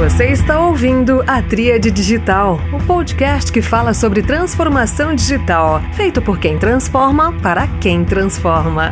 Você está ouvindo a Tríade Digital, o podcast que fala sobre transformação digital, feito por quem transforma para quem transforma.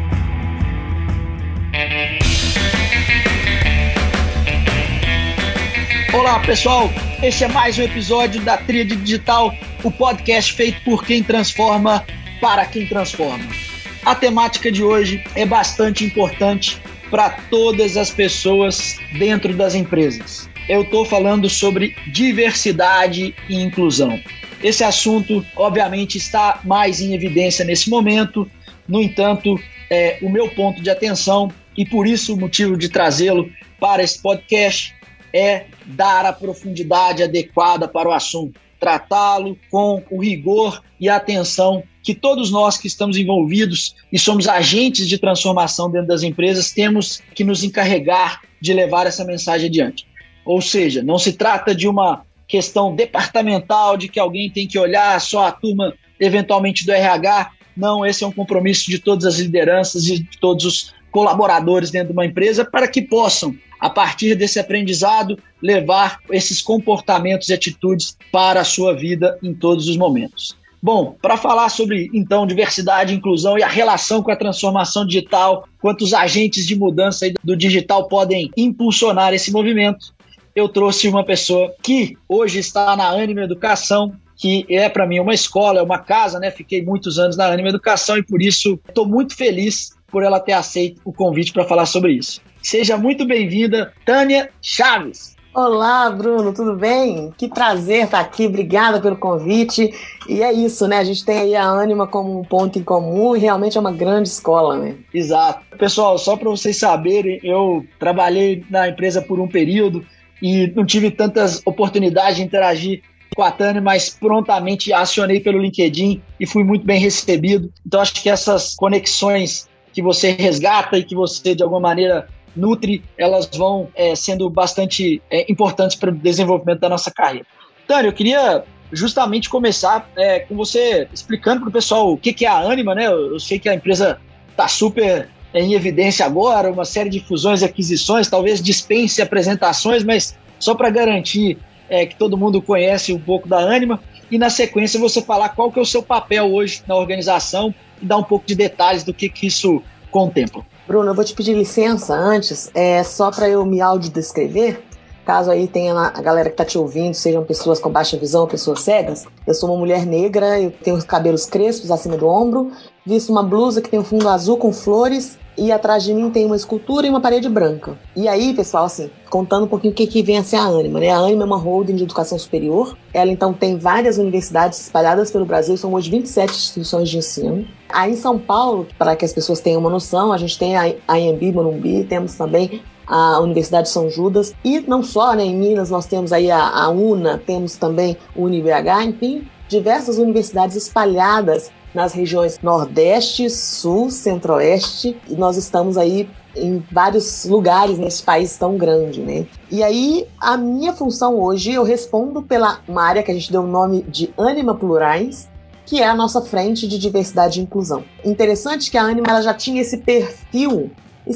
Olá pessoal, este é mais um episódio da Tríade Digital, o podcast feito por quem transforma para quem transforma. A temática de hoje é bastante importante para todas as pessoas dentro das empresas. Eu estou falando sobre diversidade e inclusão. Esse assunto, obviamente, está mais em evidência nesse momento. No entanto, é o meu ponto de atenção e por isso o motivo de trazê-lo para esse podcast é dar a profundidade adequada para o assunto, tratá-lo com o rigor e a atenção que todos nós que estamos envolvidos e somos agentes de transformação dentro das empresas temos que nos encarregar de levar essa mensagem adiante. Ou seja, não se trata de uma questão departamental, de que alguém tem que olhar só a turma, eventualmente, do RH. Não, esse é um compromisso de todas as lideranças e de todos os colaboradores dentro de uma empresa para que possam, a partir desse aprendizado, levar esses comportamentos e atitudes para a sua vida em todos os momentos. Bom, para falar sobre, então, diversidade, inclusão e a relação com a transformação digital, quantos agentes de mudança do digital podem impulsionar esse movimento, eu trouxe uma pessoa que hoje está na Ânima Educação, que é para mim uma escola, é uma casa, né? Fiquei muitos anos na Ânima Educação e por isso estou muito feliz por ela ter aceito o convite para falar sobre isso. Seja muito bem-vinda, Tânia Chaves. Olá, Bruno, tudo bem? Que prazer estar aqui, obrigada pelo convite. E é isso, né? A gente tem aí a Ânima como um ponto em comum e realmente é uma grande escola, né? Exato. Pessoal, só para vocês saberem, eu trabalhei na empresa por um período e não tive tantas oportunidades de interagir com a Tânia, mas prontamente acionei pelo LinkedIn e fui muito bem recebido. Então acho que essas conexões que você resgata e que você de alguma maneira nutre, elas vão sendo bastante importantes para o desenvolvimento da nossa carreira. Tânia, eu queria justamente começar com você explicando para o pessoal o que é a Ânima, né? Eu sei que a empresa está super em evidência agora, uma série de fusões e aquisições, talvez dispense apresentações, mas só para garantir que todo mundo conhece um pouco da Ânima e na sequência você falar qual que é o seu papel hoje na organização e dar um pouco de detalhes do que isso contempla. Bruno, eu vou te pedir licença antes, só para eu me audiodescrever, caso aí tenha a galera que está te ouvindo, sejam pessoas com baixa visão, pessoas cegas. Eu sou uma mulher negra, eu tenho os cabelos crespos acima do ombro, visto uma blusa que tem um fundo azul com flores e atrás de mim tem uma escultura e uma parede branca. E aí, pessoal, assim, contando um pouquinho o que vem a ser a Ânima, né? A Ânima é uma holding de educação superior. Ela, então, tem várias universidades espalhadas pelo Brasil, são hoje 27 instituições de ensino. Aí em São Paulo, para que as pessoas tenham uma noção, a gente tem a Anhembi, Morumbi, temos também a Universidade de São Judas, e não só, né? Em Minas nós temos aí a UNA, temos também o UniBH, enfim, diversas universidades espalhadas nas regiões Nordeste, Sul, Centro-Oeste, e nós estamos aí em vários lugares nesse país tão grande, né? E aí, a minha função hoje, eu respondo pela uma área que a gente deu o nome de Ânima Plurais, que é a nossa frente de diversidade e inclusão. Interessante que a Ânima ela já tinha esse perfil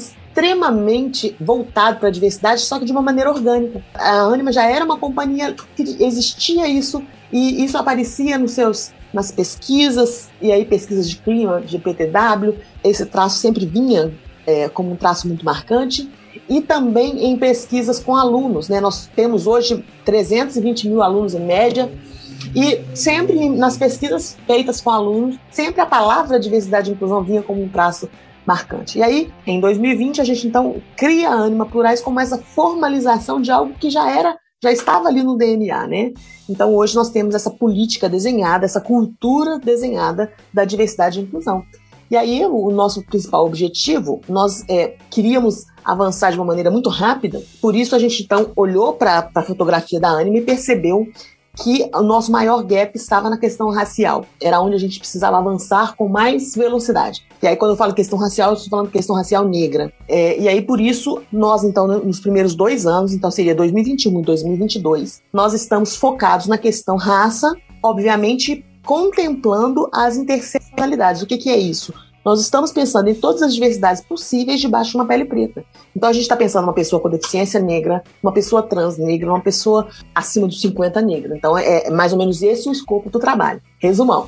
extremamente voltado para a diversidade, só que de uma maneira orgânica. A Ânima já era uma companhia que existia isso, e isso aparecia nas pesquisas, e aí pesquisas de clima, de PTW, esse traço sempre vinha como um traço muito marcante, e também em pesquisas com alunos, né? Nós temos hoje 320 mil alunos em média, e sempre nas pesquisas feitas com alunos, sempre a palavra diversidade e inclusão vinha como um traço marcante. E aí, em 2020, a gente então cria a Ânima Plurais como essa formalização de algo que já estava ali no DNA, né? Então hoje nós temos essa política desenhada, essa cultura desenhada da diversidade e inclusão. E aí o nosso principal objetivo, nós queríamos avançar de uma maneira muito rápida, por isso a gente então olhou para a fotografia da Ânima e percebeu que o nosso maior gap estava na questão racial. Era onde a gente precisava avançar com mais velocidade. E aí, quando eu falo questão racial, eu estou falando questão racial negra. E aí, por isso, nós, então, nos primeiros 2 anos, então seria 2021 e 2022, nós estamos focados na questão raça, obviamente, contemplando as interseccionalidades. O que é isso? Nós estamos pensando em todas as diversidades possíveis debaixo de uma pele preta. Então a gente está pensando numa pessoa com deficiência negra, uma pessoa trans negra, uma pessoa acima dos 50 negra. Então é mais ou menos esse o escopo do trabalho. Resumão.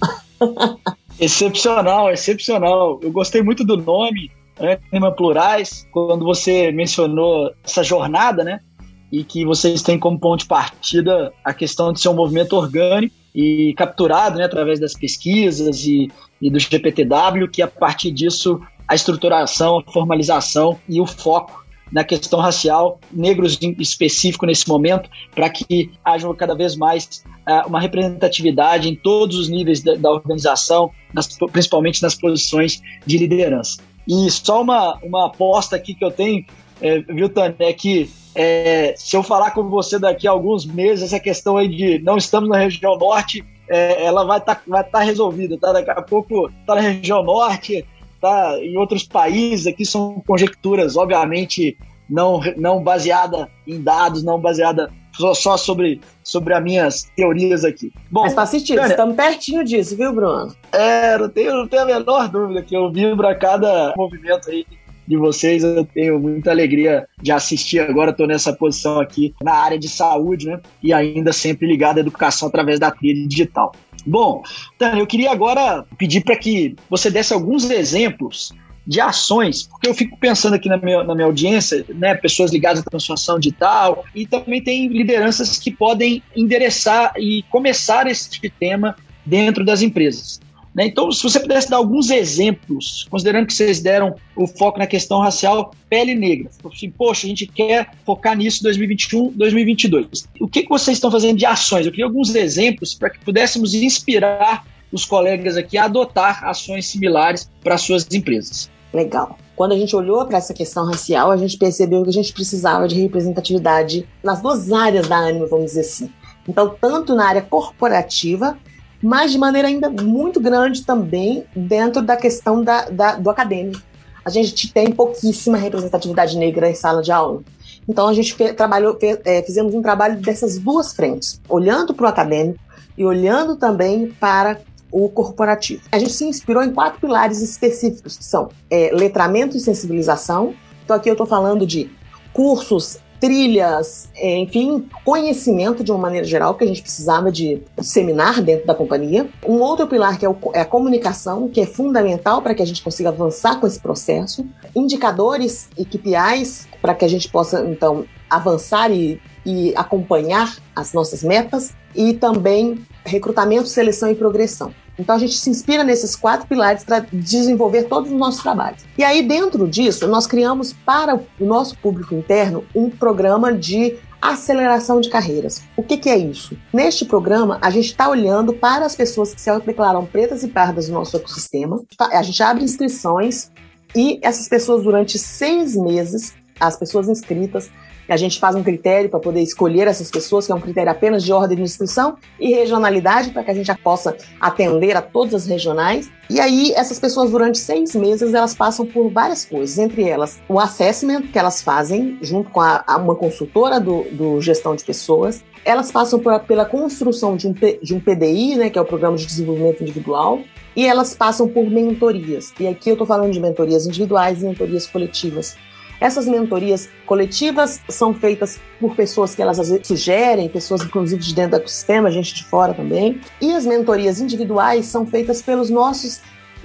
Excepcional, excepcional. Eu gostei muito do nome, Ânima Plurais, quando você mencionou essa jornada, né? E que vocês têm como ponto de partida a questão de ser um movimento orgânico e capturado, né, através das pesquisas e do GPTW, que a partir disso a estruturação, a formalização e o foco na questão racial, negros em específico nesse momento, para que haja cada vez mais uma representatividade em todos os níveis da organização, principalmente nas posições de liderança. E só uma aposta aqui que eu tenho, viu, Tânia, é que se eu falar com você daqui a alguns meses, essa questão aí de não estamos na região norte, ela vai tá resolvida, tá? Daqui a pouco tá na região norte, tá em outros países. Aqui são conjecturas, obviamente, não baseada em dados, não baseada só sobre as minhas teorias aqui. Bom, mas faz sentido, estamos pertinho disso, viu, Bruno? Não tenho a menor dúvida que eu vibro a cada movimento aí de vocês. Eu tenho muita alegria de assistir. Agora estou nessa posição aqui na área de saúde, né? E ainda sempre ligado à educação através da trilha digital. Bom, Tânia, eu queria agora pedir para que você desse alguns exemplos de ações, porque eu fico pensando aqui na minha audiência, né, pessoas ligadas à transformação digital, e também tem lideranças que podem endereçar e começar esse tema dentro das empresas. Então, se você pudesse dar alguns exemplos, considerando que vocês deram o foco na questão racial, pele negra. Assim, poxa, a gente quer focar nisso em 2021, 2022. O que vocês estão fazendo de ações? Eu queria alguns exemplos para que pudéssemos inspirar os colegas aqui a adotar ações similares para as suas empresas. Legal. Quando a gente olhou para essa questão racial, a gente percebeu que a gente precisava de representatividade nas duas áreas da Ânima, vamos dizer assim. Então, tanto na área corporativa, mas de maneira ainda muito grande também dentro da questão do acadêmico. A gente tem pouquíssima representatividade negra em sala de aula. Então, a gente fizemos um trabalho dessas duas frentes, olhando para o acadêmico e olhando também para o corporativo. A gente se inspirou em 4 pilares específicos, que são letramento e sensibilização. Então, aqui eu estou falando de cursos, trilhas, enfim, conhecimento de uma maneira geral que a gente precisava de disseminar dentro da companhia. Um outro pilar que é a comunicação, que é fundamental para que a gente consiga avançar com esse processo. Indicadores e KPIs para que a gente possa, então, avançar e acompanhar as nossas metas. E também recrutamento, seleção e progressão. Então, a gente se inspira nesses 4 pilares para desenvolver todos os nossos trabalhos. E aí, dentro disso, nós criamos para o nosso público interno um programa de aceleração de carreiras. O que é isso? Neste programa, a gente está olhando para as pessoas que se autodeclaram pretas e pardas no nosso ecossistema. A gente abre inscrições e essas pessoas, durante 6 meses, as pessoas inscritas, a gente faz um critério para poder escolher essas pessoas, que é um critério apenas de ordem de inscrição e regionalidade, para que a gente já possa atender a todas as regionais. E aí, essas pessoas, durante 6 meses, elas passam por várias coisas, entre elas o assessment que elas fazem junto com uma consultora do gestão de pessoas. Elas passam pela construção de um PDI, né, que é o Programa de Desenvolvimento Individual, e elas passam por mentorias. E aqui eu estou falando de mentorias individuais e mentorias coletivas. Essas mentorias coletivas são feitas por pessoas que elas às vezes sugerem, pessoas inclusive de dentro do ecossistema, gente de fora também. E as mentorias individuais são feitas pelos nossos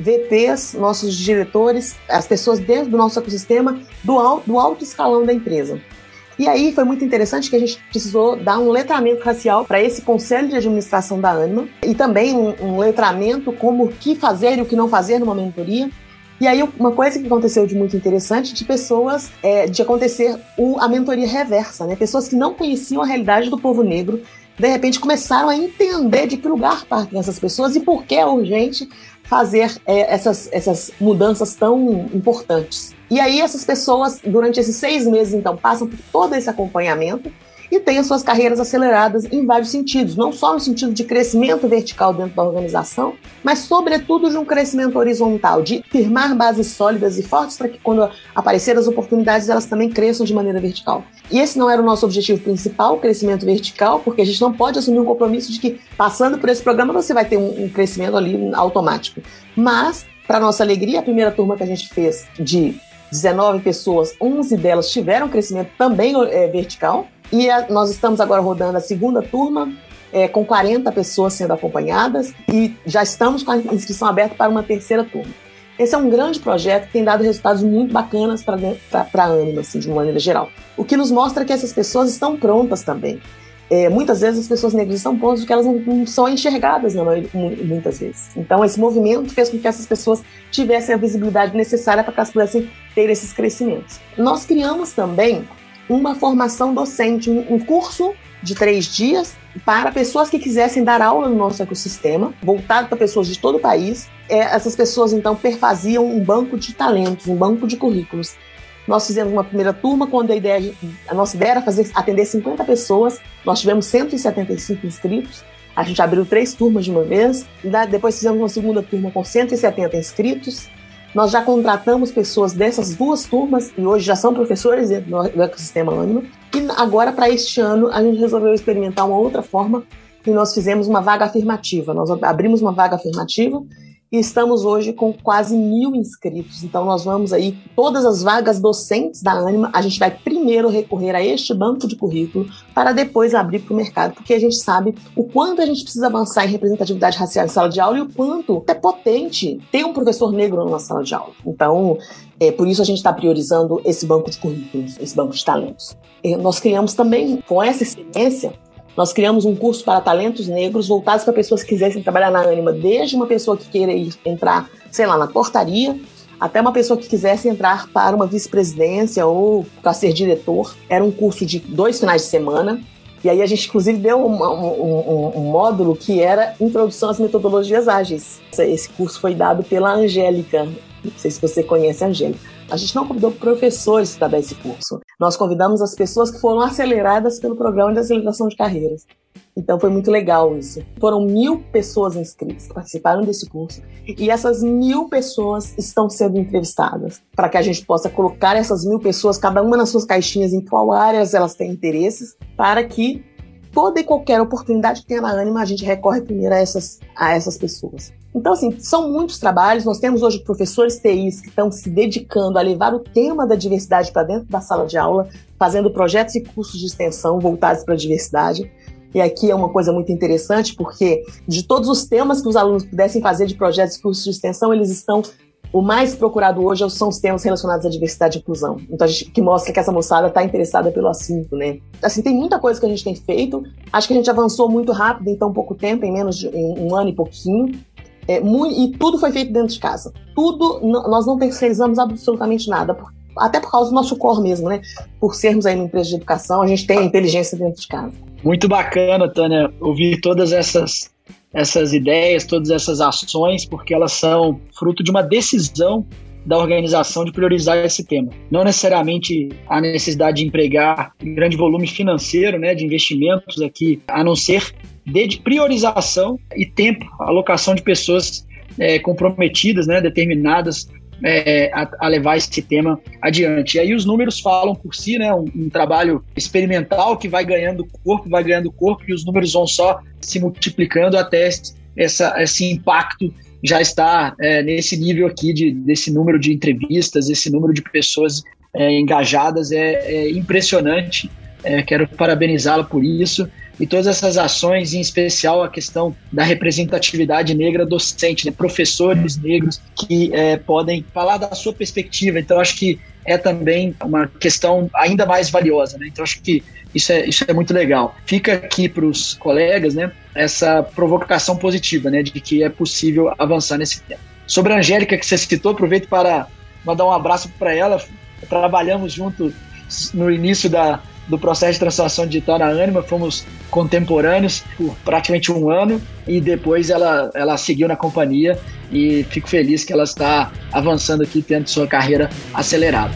VPs, nossos diretores, as pessoas dentro do nosso ecossistema do alto escalão da empresa. E aí foi muito interessante que a gente precisou dar um letramento racial para esse conselho de administração da Ânima e também um letramento como o que fazer e o que não fazer numa mentoria. E aí uma coisa que aconteceu de muito interessante de pessoas, de acontecer a mentoria reversa, né? Pessoas que não conheciam a realidade do povo negro, de repente começaram a entender de que lugar partem essas pessoas e por que é urgente fazer essas mudanças tão importantes. E aí essas pessoas, durante esses 6 meses, então, passam por todo esse acompanhamento e têm as suas carreiras aceleradas em vários sentidos, não só no sentido de crescimento vertical dentro da organização, mas sobretudo de um crescimento horizontal, de firmar bases sólidas e fortes para que quando aparecer as oportunidades, elas também cresçam de maneira vertical. E esse não era o nosso objetivo principal, o crescimento vertical, porque a gente não pode assumir um compromisso de que, passando por esse programa, você vai ter um crescimento ali automático. Mas Para nossa alegria, a primeira turma que a gente fez de 19 pessoas, 11 delas tiveram crescimento também vertical. E nós estamos agora rodando a segunda turma, com 40 pessoas sendo acompanhadas, e já estamos com a inscrição aberta para uma terceira turma. Esse é um grande projeto que tem dado resultados muito bacanas para a Anima, assim, de uma maneira geral. O que nos mostra que essas pessoas estão prontas também. Muitas vezes as pessoas negras estão prontas porque elas não são enxergadas, muitas vezes. Então esse movimento fez com que essas pessoas tivessem a visibilidade necessária para que elas pudessem ter esses crescimentos. Nós criamos também uma formação docente, um curso de 3 dias para pessoas que quisessem dar aula no nosso ecossistema, voltado para pessoas de todo o país. Essas pessoas, então, perfaziam um banco de talentos, um banco de currículos. Nós fizemos uma primeira turma, quando a nossa ideia era atender 50 pessoas, nós tivemos 175 inscritos, a gente abriu 3 turmas de uma vez, depois fizemos uma segunda turma com 170 inscritos. Nós já contratamos pessoas dessas 2 turmas e hoje já são professores do ecossistema Anima. E agora, para este ano, a gente resolveu experimentar uma outra forma e nós fizemos uma vaga afirmativa. Nós abrimos uma vaga afirmativa e estamos hoje com quase 1.000 inscritos. Então nós vamos aí, todas as vagas docentes da Anima, a gente vai primeiro recorrer a este banco de currículo para depois abrir para o mercado, porque a gente sabe o quanto a gente precisa avançar em representatividade racial em sala de aula e o quanto é potente ter um professor negro na sala de aula. Então, por isso a gente está priorizando esse banco de currículos, esse banco de talentos. Nós criamos também, com essa experiência, nós criamos um curso para talentos negros voltados para pessoas que quisessem trabalhar na Anima, desde uma pessoa que queira entrar, sei lá, na portaria, até uma pessoa que quisesse entrar para uma vice-presidência ou para ser diretor. Era um curso de 2 finais de semana. E aí a gente, inclusive, deu um módulo que era Introdução às Metodologias Ágeis. Esse curso foi dado pela Angélica. Não sei se você conhece a Angélica. A gente não convidou professores para dar esse curso. Nós convidamos as pessoas que foram aceleradas pelo programa de aceleração de carreiras. Então foi muito legal isso. Foram 1.000 pessoas inscritas que participaram desse curso. E essas 1.000 pessoas estão sendo entrevistadas para que a gente possa colocar essas 1.000 pessoas, cada uma nas suas caixinhas, em qual áreas elas têm interesses, para que toda e qualquer oportunidade que tenha na Anima, a gente recorre primeiro a essas pessoas. Então, assim, são muitos trabalhos. Nós temos hoje professores TIs que estão se dedicando a levar o tema da diversidade para dentro da sala de aula, fazendo projetos e cursos de extensão voltados para a diversidade. E aqui é uma coisa muito interessante, porque de todos os temas que os alunos pudessem fazer de projetos e cursos de extensão, eles estão... O mais procurado hoje são os temas relacionados à diversidade e inclusão. Então, que mostra que essa moçada está interessada pelo assunto, né? Assim, tem muita coisa que a gente tem feito. Acho que a gente avançou muito rápido em tão pouco tempo, em menos de 1 ano e pouquinho. E tudo foi feito dentro de casa. Tudo, nós não terceirizamos absolutamente nada. Até por causa do nosso core mesmo, né? Por sermos aí uma empresa de educação, a gente tem a inteligência dentro de casa. Muito bacana, Tânia, ouvir todas essas ideias, todas essas ações, porque elas são fruto de uma decisão da organização de priorizar esse tema. Não necessariamente a necessidade de empregar grande volume financeiro, né, de investimentos aqui, a não ser de priorização e tempo, alocação de pessoas comprometidas, né, determinadas a levar esse tema adiante. E aí os números falam por si, né, um trabalho experimental que vai ganhando corpo, e os números vão só se multiplicando até esse impacto já está nesse nível aqui desse número de entrevistas, esse número de pessoas engajadas. É impressionante. Quero parabenizá-la por isso. E todas essas ações, em especial a questão da representatividade negra docente, né? Professores negros que podem falar da sua perspectiva. Então, acho que é também uma questão ainda mais valiosa, né? Então, acho que isso é muito legal. Fica aqui para os colegas, né, essa provocação positiva, né, de que é possível avançar nesse tema. Sobre a Angélica, que você citou, aproveito para mandar um abraço para ela. Trabalhamos junto no início do processo de transformação digital na Anima, fomos contemporâneos por praticamente 1 ano e depois ela seguiu na companhia e fico feliz que ela está avançando aqui, tendo sua carreira acelerada.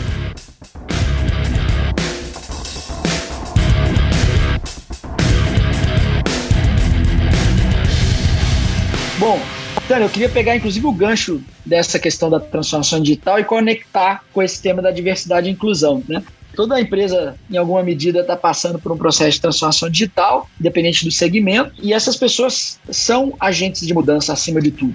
Bom, Tânia, eu queria pegar inclusive o gancho dessa questão da transformação digital e conectar com esse tema da diversidade e inclusão, né? Toda empresa, em alguma medida, está passando por um processo de transformação digital, independente do segmento, e essas pessoas são agentes de mudança acima de tudo.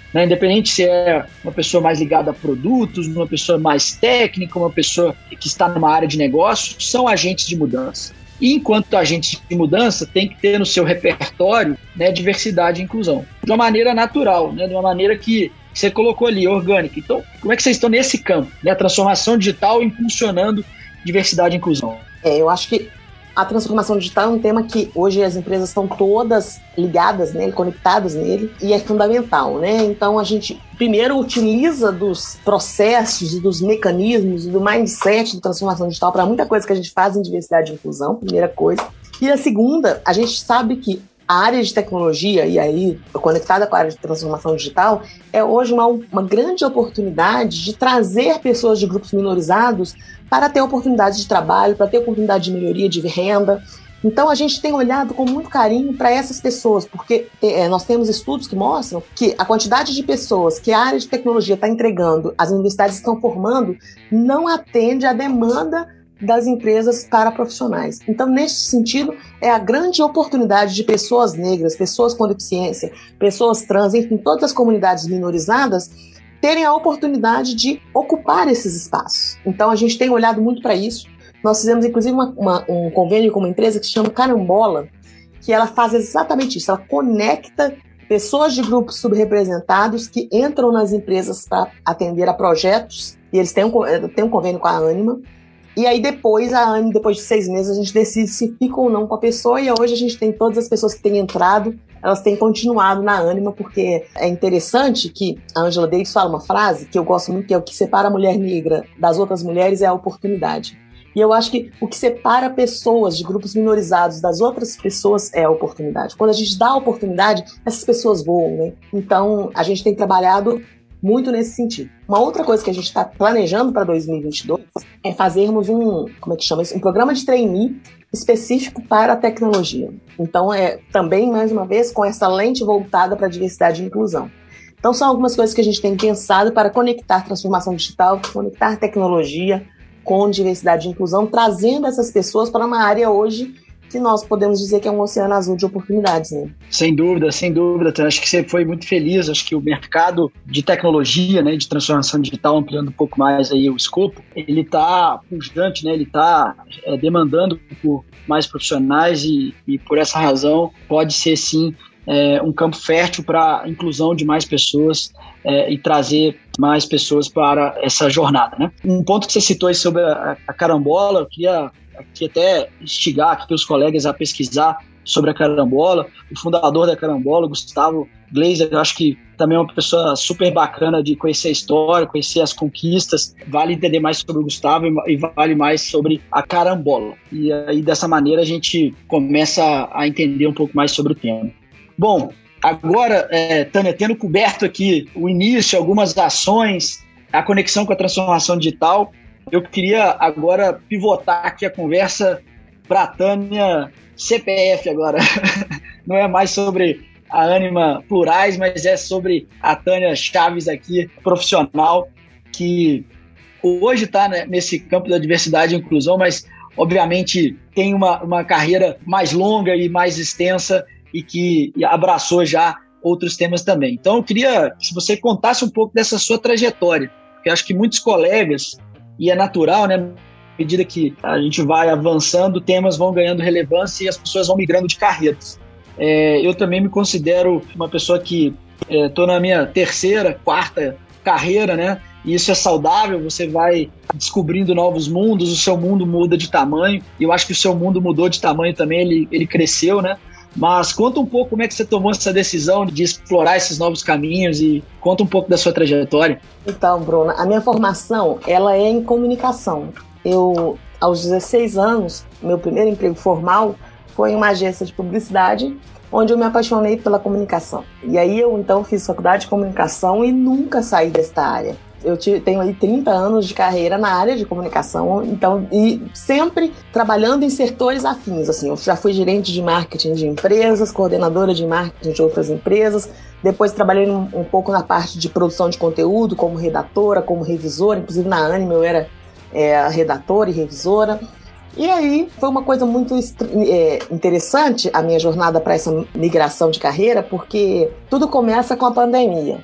né? Independente se é uma pessoa mais ligada a produtos, uma pessoa mais técnica, uma pessoa que está numa área de negócio, são agentes de mudança. E enquanto agentes de mudança, tem que ter no seu repertório, né, diversidade e inclusão. De uma maneira natural, né, de uma maneira que você colocou ali, orgânica. Então, como é que vocês estão nesse campo, né, a transformação digital impulsionando diversidade e inclusão? Eu acho que a transformação digital é um tema que hoje as empresas estão todas ligadas nele, conectadas nele, e é fundamental, né? Então a gente primeiro utiliza dos processos e dos mecanismos e do mindset de transformação digital para muita coisa que a gente faz em diversidade e inclusão, primeira coisa. E a segunda, a gente sabe que a área de tecnologia, e aí conectada com a área de transformação digital, é hoje uma grande oportunidade de trazer pessoas de grupos minorizados para ter oportunidade de trabalho, para ter oportunidade de melhoria de renda. Então a gente tem olhado com muito carinho para essas pessoas, porque nós temos estudos que mostram que a quantidade de pessoas que a área de tecnologia está entregando, as universidades estão formando, não atende à demanda das empresas para profissionais. Então, nesse sentido, é a grande oportunidade de pessoas negras, pessoas com deficiência, pessoas trans, enfim, todas as comunidades minorizadas terem a oportunidade de ocupar esses espaços. Então, a gente tem olhado muito para isso. Nós fizemos, inclusive, um convênio com uma empresa que se chama Carambola, que ela faz exatamente isso. Ela conecta pessoas de grupos subrepresentados que entram nas empresas para atender a projetos, e eles têm um convênio com a Ânima. E aí depois de 6 meses, a gente decide se fica ou não com a pessoa, e hoje a gente tem todas as pessoas que têm entrado, elas têm continuado na Ânima, porque é interessante que a Angela Davis fala uma frase que eu gosto muito, que é: o que separa a mulher negra das outras mulheres é a oportunidade. E eu acho que o que separa pessoas de grupos minorizados das outras pessoas é a oportunidade. Quando a gente dá a oportunidade, essas pessoas voam, né? Então, a gente tem trabalhado muito nesse sentido. Uma outra coisa que a gente está planejando para 2022 é fazermos um programa de trainee específico para a tecnologia. Então, também, mais uma vez, com essa lente voltada para a diversidade e inclusão. Então, são algumas coisas que a gente tem pensado para conectar transformação digital, conectar tecnologia com diversidade e inclusão, trazendo essas pessoas para uma área hoje que nós podemos dizer que é um oceano azul de oportunidades, né? Sem dúvida, sem dúvida. Acho que você foi muito feliz. Acho que o mercado de tecnologia, né, de transformação digital, ampliando um pouco mais aí o escopo, ele está pujante, né? Ele está demandando por mais profissionais e por essa razão pode ser, sim, um campo fértil para a inclusão de mais pessoas e trazer mais pessoas para essa jornada, né? Um ponto que você citou aí sobre a Carambola, eu queria aqui até instigar aqui os colegas a pesquisar sobre a Carambola. O fundador da Carambola, Gustavo Gleiser, eu acho que também é uma pessoa super bacana de conhecer a história, conhecer as conquistas. Vale entender mais sobre o Gustavo e vale mais sobre a Carambola. E aí, dessa maneira, a gente começa a entender um pouco mais sobre o tema. Bom, agora, Tânia, tendo coberto aqui o início, algumas ações, a conexão com a transformação digital, eu queria agora pivotar aqui a conversa para a Tânia CPF agora. Não é mais sobre a Ânima Plurais, mas é sobre a Tânia Chaves aqui, profissional, que hoje está, né, nesse campo da diversidade e inclusão, mas obviamente tem uma carreira mais longa e mais extensa e que abraçou já outros temas também. Então eu queria que você contasse um pouco dessa sua trajetória, porque acho que muitos colegas, e é natural, né? À medida que a gente vai avançando, temas vão ganhando relevância e as pessoas vão migrando de carreiras. Eu também me considero uma pessoa que estou na minha 3ª, 4ª carreira, né? E isso é saudável, você vai descobrindo novos mundos, o seu mundo muda de tamanho, e eu acho que o seu mundo mudou de tamanho também, ele cresceu, né? Mas conta um pouco como é que você tomou essa decisão de explorar esses novos caminhos e conta um pouco da sua trajetória. Então, Bruna, a minha formação, ela é em comunicação. Eu, aos 16 anos, meu primeiro emprego formal foi em uma agência de publicidade, onde eu me apaixonei pela comunicação. E aí eu, então, fiz faculdade de comunicação e nunca saí desta área. Eu tenho aí 30 anos de carreira na área de comunicação, então, e sempre trabalhando em setores afins, assim. Eu já fui gerente de marketing de empresas, coordenadora de marketing de outras empresas, depois trabalhei um pouco na parte de produção de conteúdo, como redatora, como revisora, inclusive na Ânima eu era redatora e revisora. E aí foi uma coisa muito interessante a minha jornada para essa migração de carreira, porque tudo começa com a pandemia.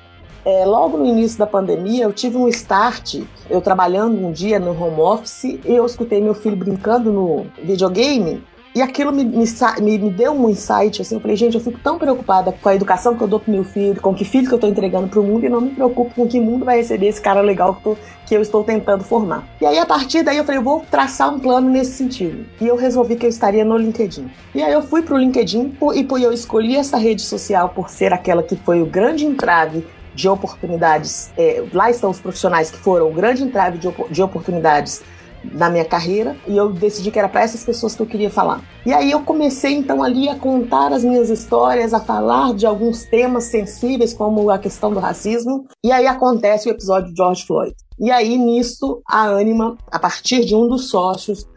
Logo no início da pandemia, eu tive um start, eu trabalhando um dia no home office, e eu escutei meu filho brincando no videogame, e aquilo me deu um insight, assim, eu falei, gente, eu fico tão preocupada com a educação que eu dou pro meu filho, com que filho que eu tô entregando pro mundo, e não me preocupo com que mundo vai receber esse cara legal que eu estou tentando formar. E aí, a partir daí, eu falei, eu vou traçar um plano nesse sentido. E eu resolvi que eu estaria no LinkedIn. E aí, eu fui pro LinkedIn, e eu escolhi essa rede social por ser aquela que foi o grande entrave de oportunidades. Lá estão os profissionais que foram o grande entrave de oportunidades na minha carreira, e eu decidi que era para essas pessoas que eu queria falar. E aí eu comecei então ali a contar as minhas histórias, a falar de alguns temas sensíveis, como a questão do racismo, e aí acontece o episódio de George Floyd. E aí nisso a Anima, a partir de um dos sócios,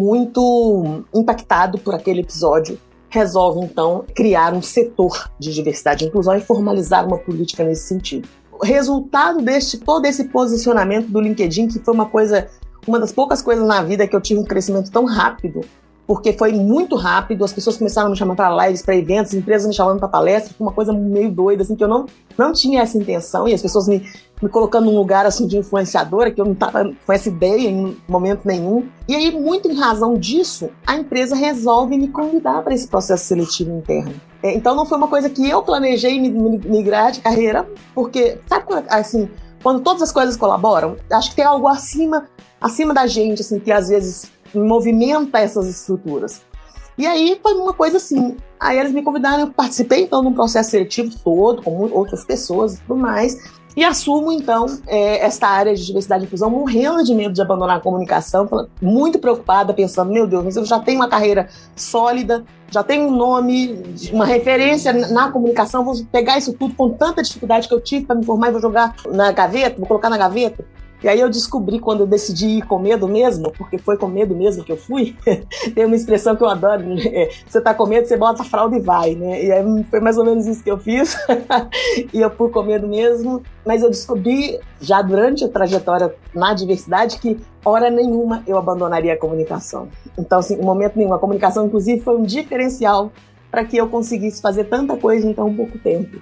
muito impactado por aquele episódio, resolve então criar um setor de diversidade e inclusão e formalizar uma política nesse sentido. O resultado todo esse posicionamento do LinkedIn, que foi uma das poucas coisas na vida que eu tive um crescimento tão rápido, porque foi muito rápido, as pessoas começaram a me chamar para lives, para eventos, empresas me chamando para palestras, foi uma coisa meio doida, assim, que eu não tinha essa intenção, e as pessoas me colocando num lugar assim, de influenciadora, que eu não estava com essa ideia em momento nenhum. E aí, muito em razão disso, a empresa resolve me convidar para esse processo seletivo interno. Então não foi uma coisa que eu planejei migrar de carreira, porque, sabe, assim, quando todas as coisas colaboram, acho que tem algo acima da gente, assim, que às vezes movimenta essas estruturas. E aí foi uma coisa assim, aí eles me convidaram, eu participei então de um processo seletivo todo, com outras pessoas e tudo mais, e assumo então esta área de diversidade e inclusão, morrendo de medo de abandonar a comunicação, muito preocupada, pensando, meu Deus, mas eu já tenho uma carreira sólida, já tenho um nome, uma referência na comunicação, vou pegar isso tudo com tanta dificuldade que eu tive para me formar e vou jogar na gaveta, vou colocar na gaveta. E aí eu descobri, quando eu decidi ir com medo mesmo, porque foi com medo mesmo que eu fui, tem uma expressão que eu adoro, né? Você tá com medo, você bota a fralda e vai, né? E aí foi mais ou menos isso que eu fiz, e eu fui com medo mesmo, mas eu descobri, já durante a trajetória na diversidade, que hora nenhuma eu abandonaria a comunicação. Então, assim, em momento nenhum, a comunicação, inclusive, foi um diferencial para que eu conseguisse fazer tanta coisa em tão pouco tempo.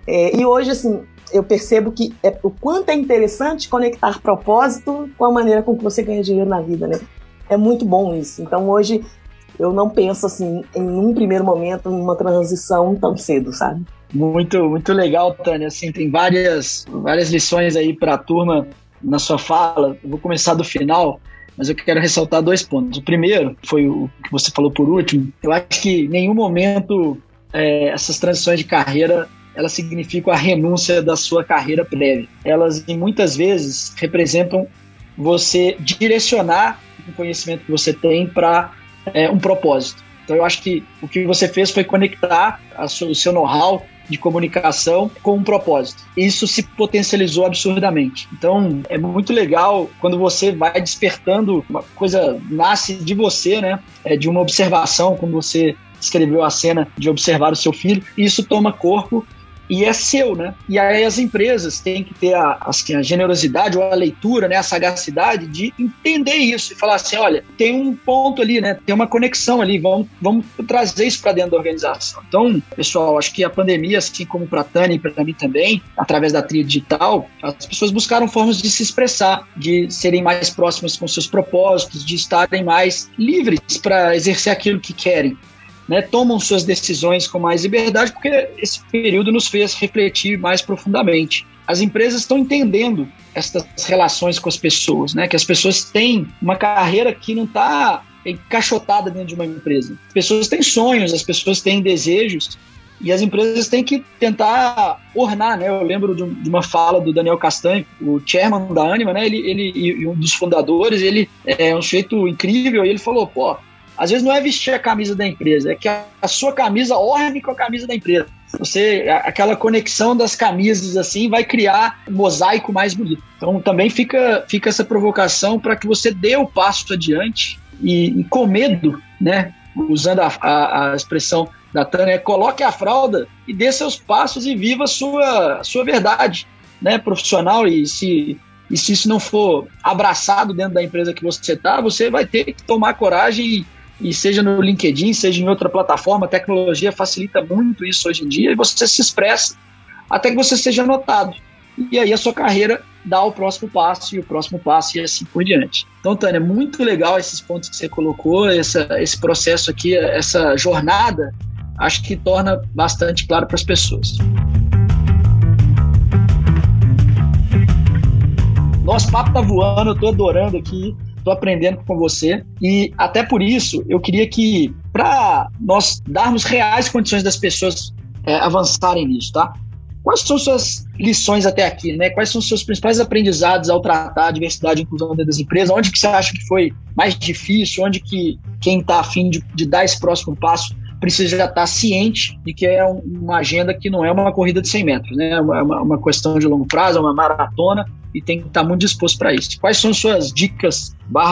E hoje, assim, eu percebo que o quanto é interessante conectar propósito com a maneira com que você ganha dinheiro na vida, né? É muito bom isso. Então, hoje, eu não penso, assim, em um primeiro momento, em uma transição tão cedo, sabe? Muito, muito legal, Tânia. Assim, tem várias lições aí para a turma na sua fala. Eu vou começar do final, mas eu quero ressaltar 2 pontos. O primeiro foi o que você falou por último. Eu acho que em nenhum momento essas transições de carreira elas significam a renúncia da sua carreira prévia. Elas, muitas vezes, representam você direcionar o conhecimento que você tem para um propósito. Então, eu acho que o que você fez foi conectar o seu know-how de comunicação com um propósito. Isso se potencializou absurdamente. Então, é muito legal quando você vai despertando, uma coisa nasce de você, né? De uma observação, como você escreveu a cena de observar o seu filho, e isso toma corpo e é seu, né? E aí as empresas têm que ter a generosidade ou a leitura, né? A sagacidade de entender isso e falar assim, olha, tem um ponto ali, né? Tem uma conexão ali, vamos trazer isso para dentro da organização. Então, pessoal, acho que a pandemia, assim como para a Tânia e para mim também, através da Tria Digital, as pessoas buscaram formas de se expressar, de serem mais próximas com seus propósitos, de estarem mais livres para exercer aquilo que querem. Né, tomam suas decisões com mais liberdade, porque esse período nos fez refletir mais profundamente. As empresas estão entendendo essas relações com as pessoas, né, que as pessoas têm uma carreira que não está encaixotada dentro de uma empresa. As pessoas têm sonhos, as pessoas têm desejos, e as empresas têm que tentar ornar, né? Eu lembro de uma fala do Daniel Castanho, o chairman da Anima, né? Ele um dos fundadores, ele é um sujeito incrível, e ele falou, às vezes não é vestir a camisa da empresa, é que a sua camisa orne com a camisa da empresa. Aquela conexão das camisas assim vai criar um mosaico mais bonito. Então também fica essa provocação para que você dê o passo adiante e com medo, né? Usando a expressão da Tânia, coloque a fralda e dê seus passos e viva a sua verdade, né? Profissional, e se isso não for abraçado dentro da empresa que você está, você vai ter que tomar coragem e seja no LinkedIn, seja em outra plataforma, a tecnologia facilita muito isso hoje em dia, e você se expressa até que você seja notado. e aí a sua carreira dá o próximo passo, e o próximo passo, e assim por diante. Então, Tânia, muito legal esses pontos que você colocou, esse processo aqui, essa jornada, acho que torna bastante claro para as pessoas. Nosso papo tá voando, eu tô adorando aqui, tô aprendendo com você, e até por isso eu queria que, para nós darmos reais condições das pessoas avançarem nisso, tá? Quais são suas lições até aqui, né? Quais são os seus principais aprendizados ao tratar a diversidade e inclusão dentro das empresas? Onde que você acha que foi mais difícil? Onde que quem está a fim de dar esse próximo passo precisa já estar ciente de que é uma agenda que não é uma corrida de 100 metros, né? É uma questão de longo prazo, é uma maratona, e tem que estar muito disposto para isso. Quais são suas dicas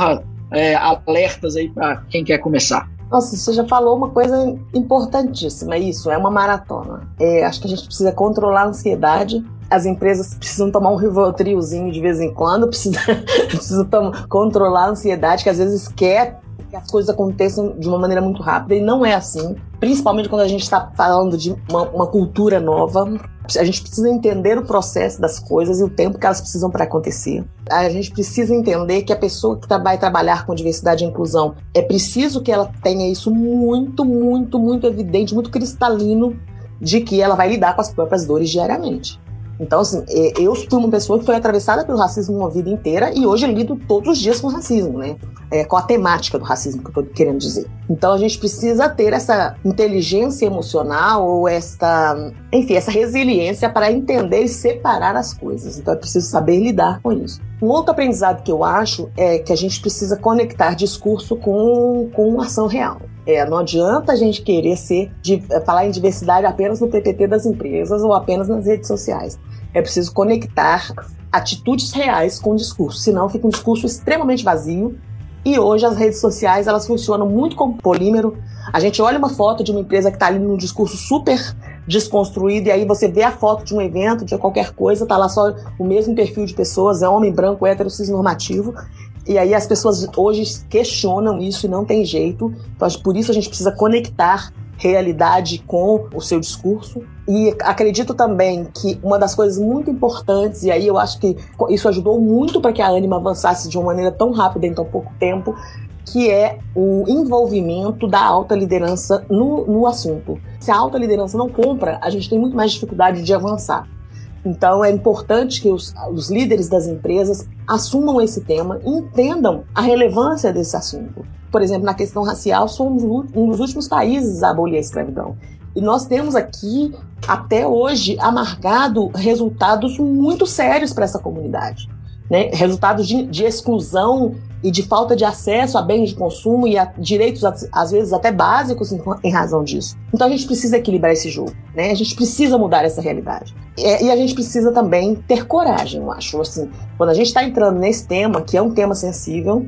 alertas aí para quem quer começar? Nossa, você já falou uma coisa importantíssima, isso, é uma maratona. Acho que a gente precisa controlar a ansiedade, as empresas precisam tomar um Rivotrilzinho de vez em quando, precisam controlar a ansiedade, que às vezes quer que as coisas aconteçam de uma maneira muito rápida, e não é assim, principalmente quando a gente está falando de uma cultura nova. A gente precisa entender o processo das coisas e o tempo que elas precisam para acontecer. A gente precisa entender que a pessoa que vai trabalhar com diversidade e inclusão, é preciso que ela tenha isso muito, muito, muito evidente, muito cristalino, de que ela vai lidar com as próprias dores diariamente. Então, assim, eu fui uma pessoa que foi atravessada pelo racismo uma vida inteira, e hoje eu lido todos os dias com racismo, né? Com a temática do racismo, que eu estou querendo dizer. Então, a gente precisa ter essa inteligência emocional, ou essa resiliência para entender e separar as coisas. Então, é preciso saber lidar com isso. Um outro aprendizado que eu acho é que a gente precisa conectar discurso com ação real. Não adianta a gente querer falar em diversidade apenas no PPT das empresas ou apenas nas redes sociais. É preciso conectar atitudes reais com o discurso, senão fica um discurso extremamente vazio. E hoje as redes sociais, elas funcionam muito como polímero. A gente olha uma foto de uma empresa que está ali num discurso super desconstruído, e aí você vê a foto de um evento, de qualquer coisa, tá lá só o mesmo perfil de pessoas, é homem branco, hétero, cisnormativo. E aí as pessoas hoje questionam isso e não tem jeito. Então, por isso a gente precisa conectar realidade com o seu discurso. E acredito também que uma das coisas muito importantes, e aí eu acho que isso ajudou muito para que a Ânima avançasse de uma maneira tão rápida em tão pouco tempo, que é o envolvimento da alta liderança no assunto. Se a alta liderança não compra, a gente tem muito mais dificuldade de avançar. Então é importante que os líderes das empresas assumam esse tema e entendam a relevância desse assunto. Por exemplo, na questão racial, somos um dos últimos países a abolir a escravidão. E nós temos aqui, até hoje, amargado resultados muito sérios para essa comunidade, né? Resultados de exclusão e de falta de acesso a bens de consumo e a direitos, às vezes, até básicos em razão disso. Então a gente precisa equilibrar esse jogo, né? A gente precisa mudar essa realidade. E a gente precisa também ter coragem, eu acho. Assim, quando a gente está entrando nesse tema, que é um tema sensível,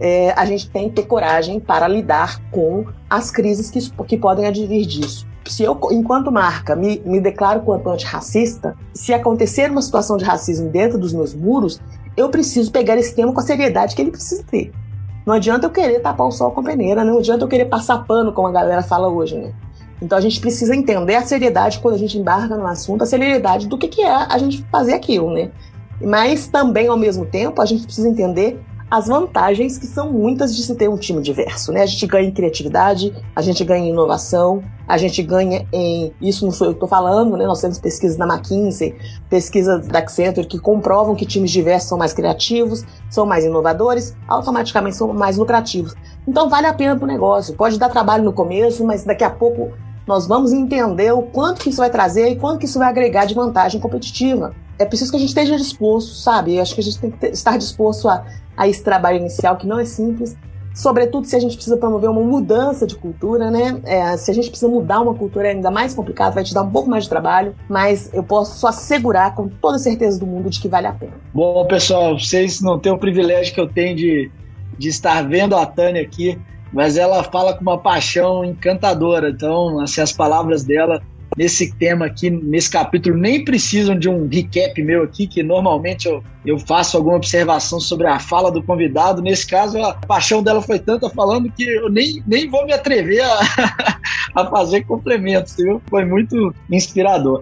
a gente tem que ter coragem para lidar com as crises que podem advir disso. Se eu, enquanto marca, me declaro quanto antirracista, se acontecer uma situação de racismo dentro dos meus muros, eu preciso pegar esse tema com a seriedade que ele precisa ter. Não adianta eu querer tapar o sol com a peneira, não adianta eu querer passar pano, como a galera fala hoje, né? Então a gente precisa entender a seriedade quando a gente embarca no assunto, a seriedade do que é a gente fazer aquilo, né? Mas também, ao mesmo tempo, a gente precisa entender as vantagens que são muitas de se ter um time diverso, né? A gente ganha em criatividade, a gente ganha em inovação, a gente ganha em... Isso não sou eu que estou falando, né? Nós temos pesquisas da McKinsey, pesquisas da Accenture que comprovam que times diversos são mais criativos, são mais inovadores, automaticamente são mais lucrativos. Então vale a pena para o negócio. Pode dar trabalho no começo, mas daqui a pouco nós vamos entender o quanto que isso vai trazer e quanto que isso vai agregar de vantagem competitiva. É preciso que a gente esteja disposto, sabe? Eu acho que a gente tem que estar disposto a esse trabalho inicial, que não é simples, sobretudo se a gente precisa promover uma mudança de cultura, né? Se a gente precisa mudar uma cultura, é ainda mais complicado, vai te dar um pouco mais de trabalho, mas eu posso só assegurar com toda a certeza do mundo de que vale a pena. Bom, pessoal, vocês não têm o privilégio que eu tenho de estar vendo a Tânia aqui, mas ela fala com uma paixão encantadora, então, assim, as palavras dela nesse tema aqui, nesse capítulo, nem precisam de um recap meu aqui, que normalmente eu faço alguma observação sobre a fala do convidado. Nesse caso, a paixão dela foi tanta falando que eu nem vou me atrever a fazer complementos, viu? Foi muito inspirador.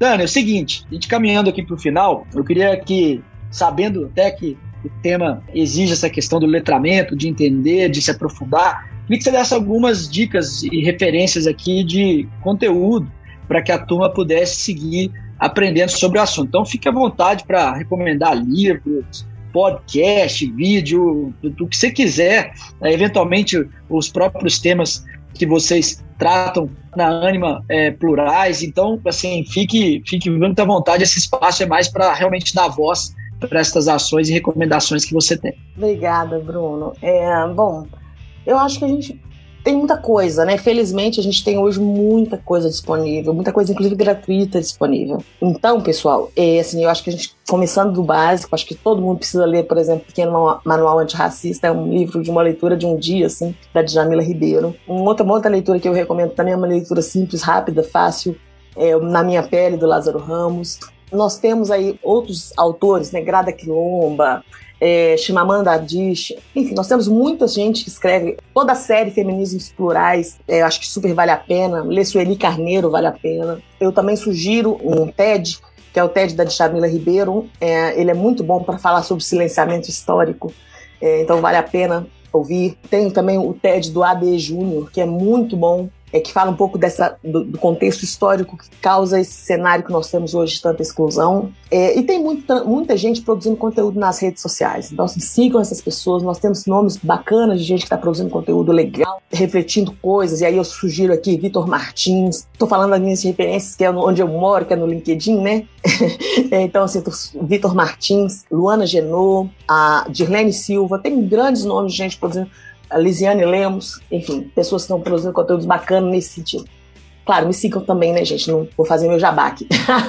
Tânia, é o seguinte, a gente caminhando aqui para o final, eu queria que, sabendo até que o tema exige essa questão do letramento, de entender, de se aprofundar, queria que você desse algumas dicas e referências aqui de conteúdo para que a turma pudesse seguir aprendendo sobre o assunto. Então, fique à vontade para recomendar livros, podcast, vídeo, do que você quiser, eventualmente os próprios temas que vocês tratam na Ânima plurais. Então, assim, fique muito à vontade, esse espaço é mais para realmente dar voz para essas ações e recomendações que você tem. Obrigada, Bruno. Bom, eu acho que a gente tem muita coisa, né? Felizmente, a gente tem hoje muita coisa disponível, muita coisa, inclusive, gratuita disponível. Então, pessoal, assim, eu acho que a gente, começando do básico, acho que todo mundo precisa ler, por exemplo, Pequeno Manual Antirracista, é um livro de uma leitura de um dia, assim, da Djamila Ribeiro. Uma outra leitura que eu recomendo também é uma leitura simples, rápida, fácil, Na Minha Pele, do Lázaro Ramos. Nós temos aí outros autores, né? Grada Quilomba, Chimamanda Adichie, enfim, nós temos muita gente que escreve toda a série Feminismos Plurais, acho que super vale a pena, ler Sueli Carneiro vale a pena. Eu também sugiro um TED, que é o TED da Djamila Ribeiro, ele é muito bom para falar sobre silenciamento histórico, então vale a pena ouvir. Tem também o TED do A.D. Júnior, que é muito bom, que fala um pouco do contexto histórico que causa esse cenário que nós temos hoje de tanta exclusão. E tem muita gente produzindo conteúdo nas redes sociais. Então, assim, sigam essas pessoas. Nós temos nomes bacanas de gente que está produzindo conteúdo legal, refletindo coisas. E aí eu sugiro aqui Vitor Martins. Estou falando das minhas referências, que é onde eu moro, que é no LinkedIn, né? Então, assim, Vitor Martins, Luana Genot, a Dirlene Silva. Tem grandes nomes de gente produzindo. A Lisiane Lemos, enfim, pessoas que estão produzindo conteúdos bacanas nesse sentido. Claro, me sigam também, né, gente? Não vou fazer meu jabá aqui.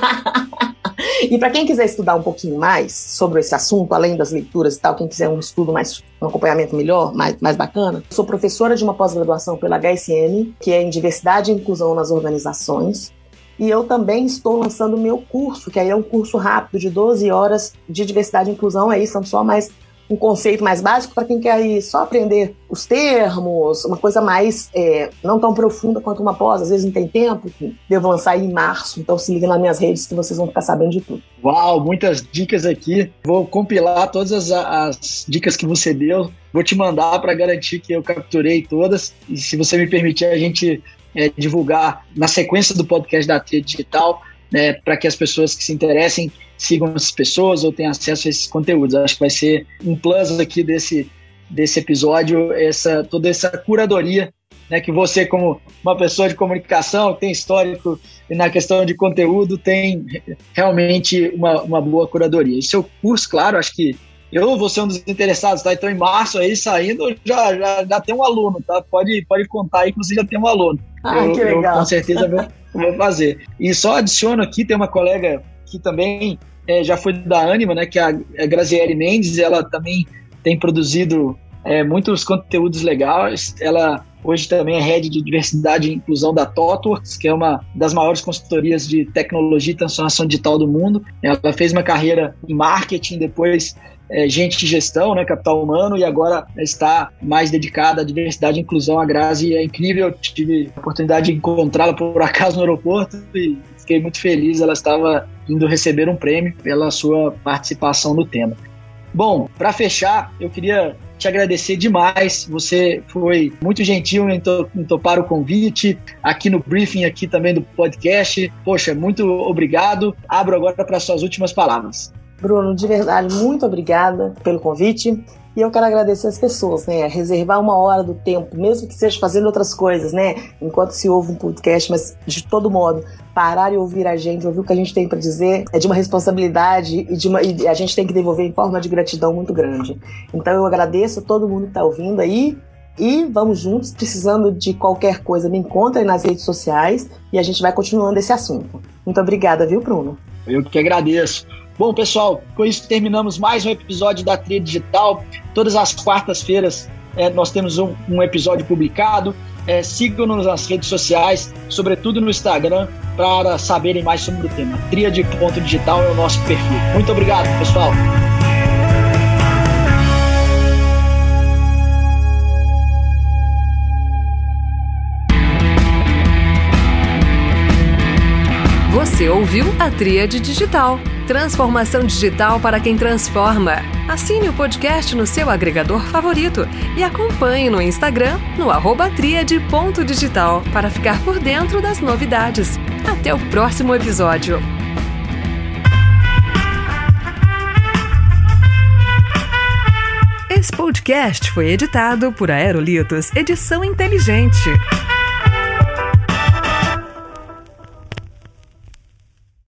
E para quem quiser estudar um pouquinho mais sobre esse assunto, além das leituras e tal, quem quiser um estudo mais, um acompanhamento melhor, mais bacana, eu sou professora de uma pós-graduação pela HSM, que é em Diversidade e Inclusão nas Organizações. E eu também estou lançando o meu curso, que aí é um curso rápido de 12 horas de Diversidade e Inclusão. Aí são só mais um conceito mais básico para quem quer aí só aprender os termos, uma coisa mais não tão profunda quanto uma pós, às vezes não tem tempo, enfim. Devo lançar aí em março, então se liga nas minhas redes que vocês vão ficar sabendo de tudo. Uau, muitas dicas aqui. Vou compilar todas as dicas que você deu, vou te mandar para garantir que eu capturei todas, e se você me permitir a gente divulgar na sequência do podcast da Tria Digital, né, para que as pessoas que se interessem sigam essas pessoas ou tenham acesso a esses conteúdos. Acho que vai ser um plus aqui desse episódio, toda essa curadoria, né, que você, como uma pessoa de comunicação, tem histórico na questão de conteúdo, tem realmente uma boa curadoria. E seu curso, claro, acho que eu vou ser um dos interessados, tá? Então, em março aí, saindo, já tem um aluno, tá? Pode contar aí que você já tem um aluno. Que legal. Eu com certeza vou fazer. E só adiciono aqui, tem uma colega que também já foi da Ânima, né? Que é a Graziele Mendes, ela também tem produzido muitos conteúdos legais. Ela hoje também é head de diversidade e inclusão da ThoughtWorks, que é uma das maiores consultorias de tecnologia e transformação digital do mundo. Ela fez uma carreira em marketing, depois gente de gestão, né, capital humano, e agora está mais dedicada à diversidade e inclusão. A Grazi é incrível, eu tive a oportunidade de encontrá-la por acaso no aeroporto e fiquei muito feliz. Ela estava indo receber um prêmio pela sua participação no tema. Bom, para fechar, eu queria te agradecer demais. Você foi muito gentil em topar o convite aqui no briefing, aqui também do podcast. Poxa, muito obrigado. Abro agora para suas últimas palavras. Bruno, de verdade, muito obrigada pelo convite. E eu quero agradecer as pessoas, né? Reservar uma hora do tempo, mesmo que seja fazendo outras coisas, né? Enquanto se ouve um podcast, mas de todo modo, parar e ouvir a gente, ouvir o que a gente tem para dizer, é de uma responsabilidade e a gente tem que devolver em forma de gratidão muito grande. Então eu agradeço a todo mundo que está ouvindo aí e vamos juntos, precisando de qualquer coisa, me encontrem nas redes sociais e a gente vai continuando esse assunto. Muito obrigada, viu, Bruno? Eu que agradeço. Bom, pessoal, com isso terminamos mais um episódio da Tria Digital. Todas as quartas-feiras nós temos um episódio publicado. Sigam-nos nas redes sociais, sobretudo no Instagram, para saberem mais sobre o tema. Tria.digital é o nosso perfil. Muito obrigado, pessoal. Você ouviu a Tríade Digital. Transformação digital para quem transforma. Assine o podcast no seu agregador favorito e acompanhe no Instagram no @triade.digital para ficar por dentro das novidades. Até o próximo episódio. Esse podcast foi editado por Aerolitos Edição Inteligente.